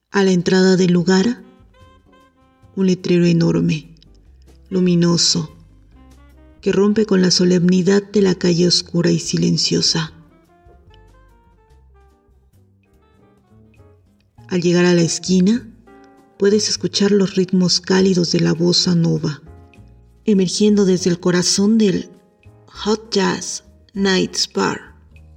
A la entrada del lugar, un letrero enorme, luminoso, que rompe con la solemnidad de la calle oscura y silenciosa. Al llegar a la esquina, puedes escuchar los ritmos cálidos de la bossa nova, emergiendo desde el corazón del Hot Jazz Nights Bar.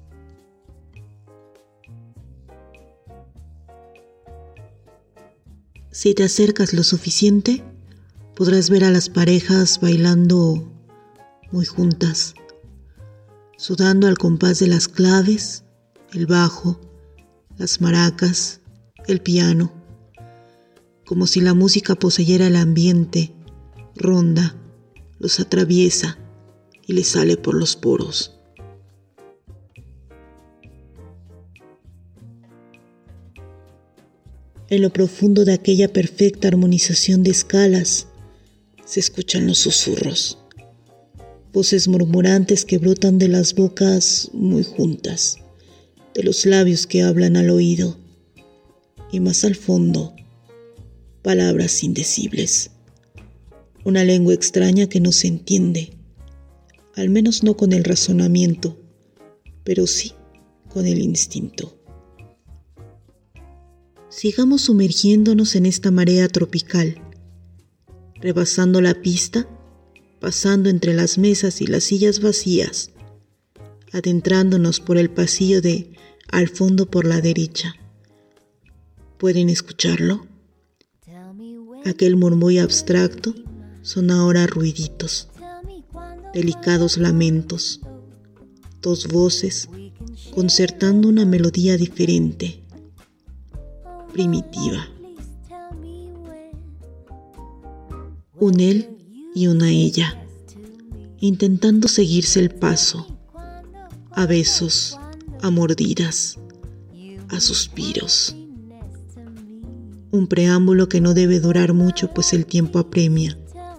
Si te acercas lo suficiente, podrás ver a las parejas bailando muy juntas, sudando al compás de las claves, el bajo, las maracas, el piano, como si la música poseyera el ambiente, ronda, los atraviesa y les sale por los poros. En lo profundo de aquella perfecta armonización de escalas, se escuchan los susurros, voces murmurantes que brotan de las bocas muy juntas, de los labios que hablan al oído, y más al fondo, palabras indecibles, una lengua extraña que no se entiende, al menos no con el razonamiento, pero sí con el instinto. Sigamos sumergiéndonos en esta marea tropical, rebasando la pista, pasando entre las mesas y las sillas vacías, adentrándonos por el pasillo de al fondo por la derecha. ¿Pueden escucharlo? Aquel murmullo abstracto son ahora ruiditos, delicados lamentos, dos voces concertando una melodía diferente, primitiva. Un él y una ella, intentando seguirse el paso, a besos, a mordidas, a suspiros. Un preámbulo que no debe durar mucho, pues el tiempo apremia.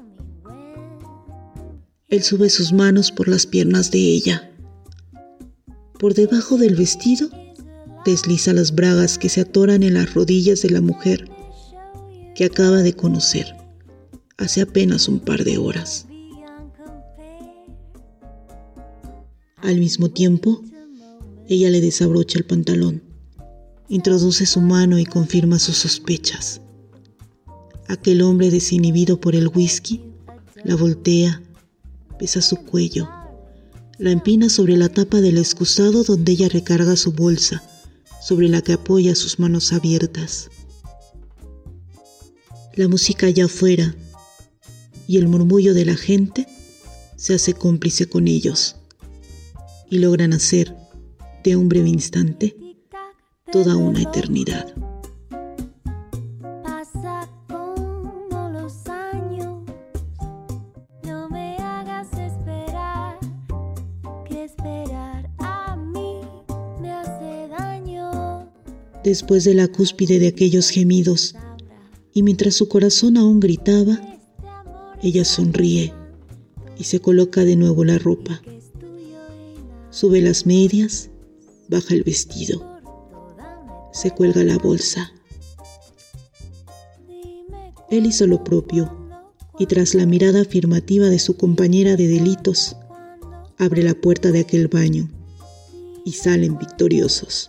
Él sube sus manos por las piernas de ella. Por debajo del vestido, desliza las bragas que se atoran en las rodillas de la mujer que acaba de conocer hace apenas un par de horas. Al mismo tiempo, ella le desabrocha el pantalón, introduce su mano y confirma sus sospechas. Aquel hombre desinhibido por el whisky la voltea, besa su cuello, la empina sobre la tapa del excusado donde ella recarga su bolsa, sobre la que apoya sus manos abiertas. La música allá afuera y el murmullo de la gente se hace cómplice con ellos y logran hacer, de un breve instante, toda una eternidad. Pasa como los años, no me hagas esperar, que esperar a mí me hace daño. Después de la cúspide de aquellos gemidos, y mientras su corazón aún gritaba, ella sonríe y se coloca de nuevo la ropa. Sube las medias, baja el vestido, se cuelga la bolsa. Él hizo lo propio y tras la mirada afirmativa de su compañera de delitos, abre la puerta de aquel baño y salen victoriosos.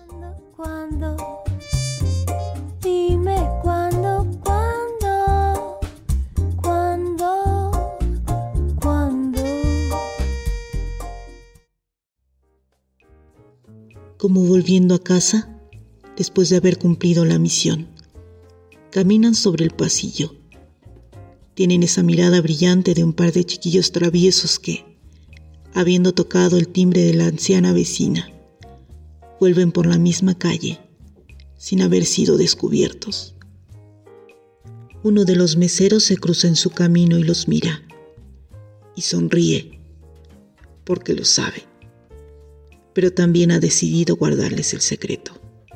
Como volviendo a casa, después de haber cumplido la misión, caminan sobre el pasillo. Tienen esa mirada brillante de un par de chiquillos traviesos que, habiendo tocado el timbre de la anciana vecina, vuelven por la misma calle, sin haber sido descubiertos. Uno de los meseros se cruza en su camino y los mira, y sonríe, porque lo sabe, pero también ha decidido guardarles el secreto.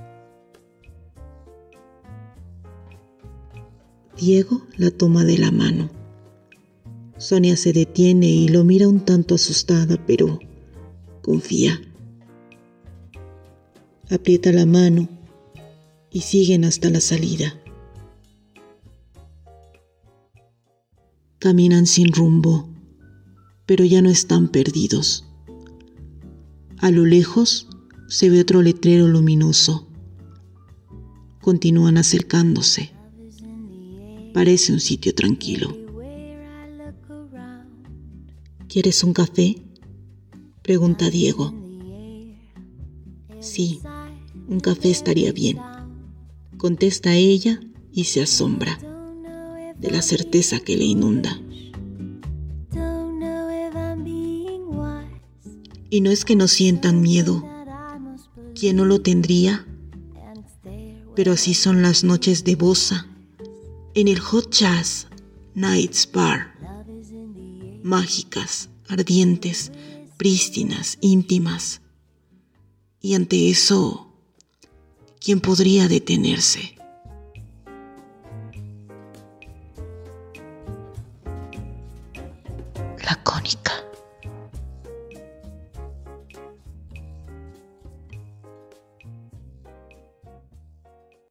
Diego la toma de la mano. Sonia se detiene y lo mira un tanto asustada, pero confía. Aprieta la mano y siguen hasta la salida. Caminan sin rumbo, pero ya no están perdidos. A lo lejos se ve otro letrero luminoso. Continúan acercándose. Parece un sitio tranquilo. ¿Quieres un café?, pregunta Diego. Sí, un café estaría bien, contesta ella y se asombra de la certeza que le inunda. Y no es que no sientan miedo, ¿quién no lo tendría? Pero así son las noches de Bosa, en el Hot Jazz Nights Bar. Mágicas, ardientes, prístinas, íntimas. Y ante eso, ¿quién podría detenerse? Lacónica.